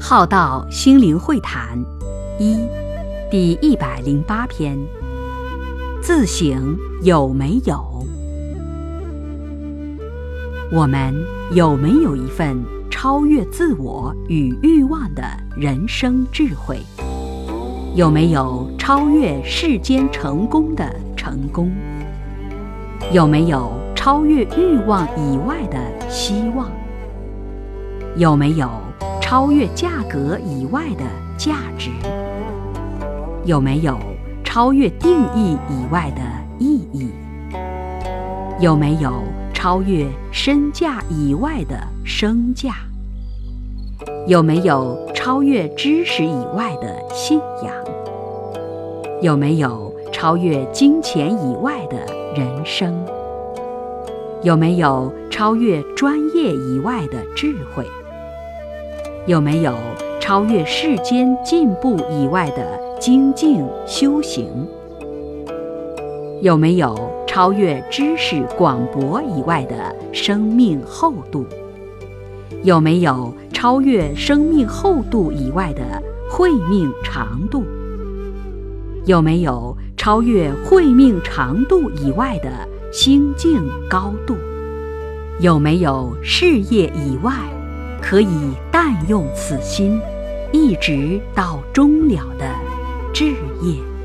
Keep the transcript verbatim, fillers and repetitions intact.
浩道心灵会谈一第一百零八篇，自省有没有？我们有没有一份超越自我与欲望的人生智慧？有没有超越世间成功的成功？有没有超越欲望以外的希望？有没有超越价格以外的价值？有没有超越定义以外的意义？有没有超越身价以外的身价？有没有超越知识以外的信仰？有没有超越金钱以外的人生？有没有超越专业以外的智慧？有没有超越世间进步以外的精进修行？有没有超越知识广博以外的生命厚度？有没有超越生命厚度以外的慧命长度？有没有超越慧命长度以外的心境高度？有没有事业以外可以但用此心一直到终了的志业？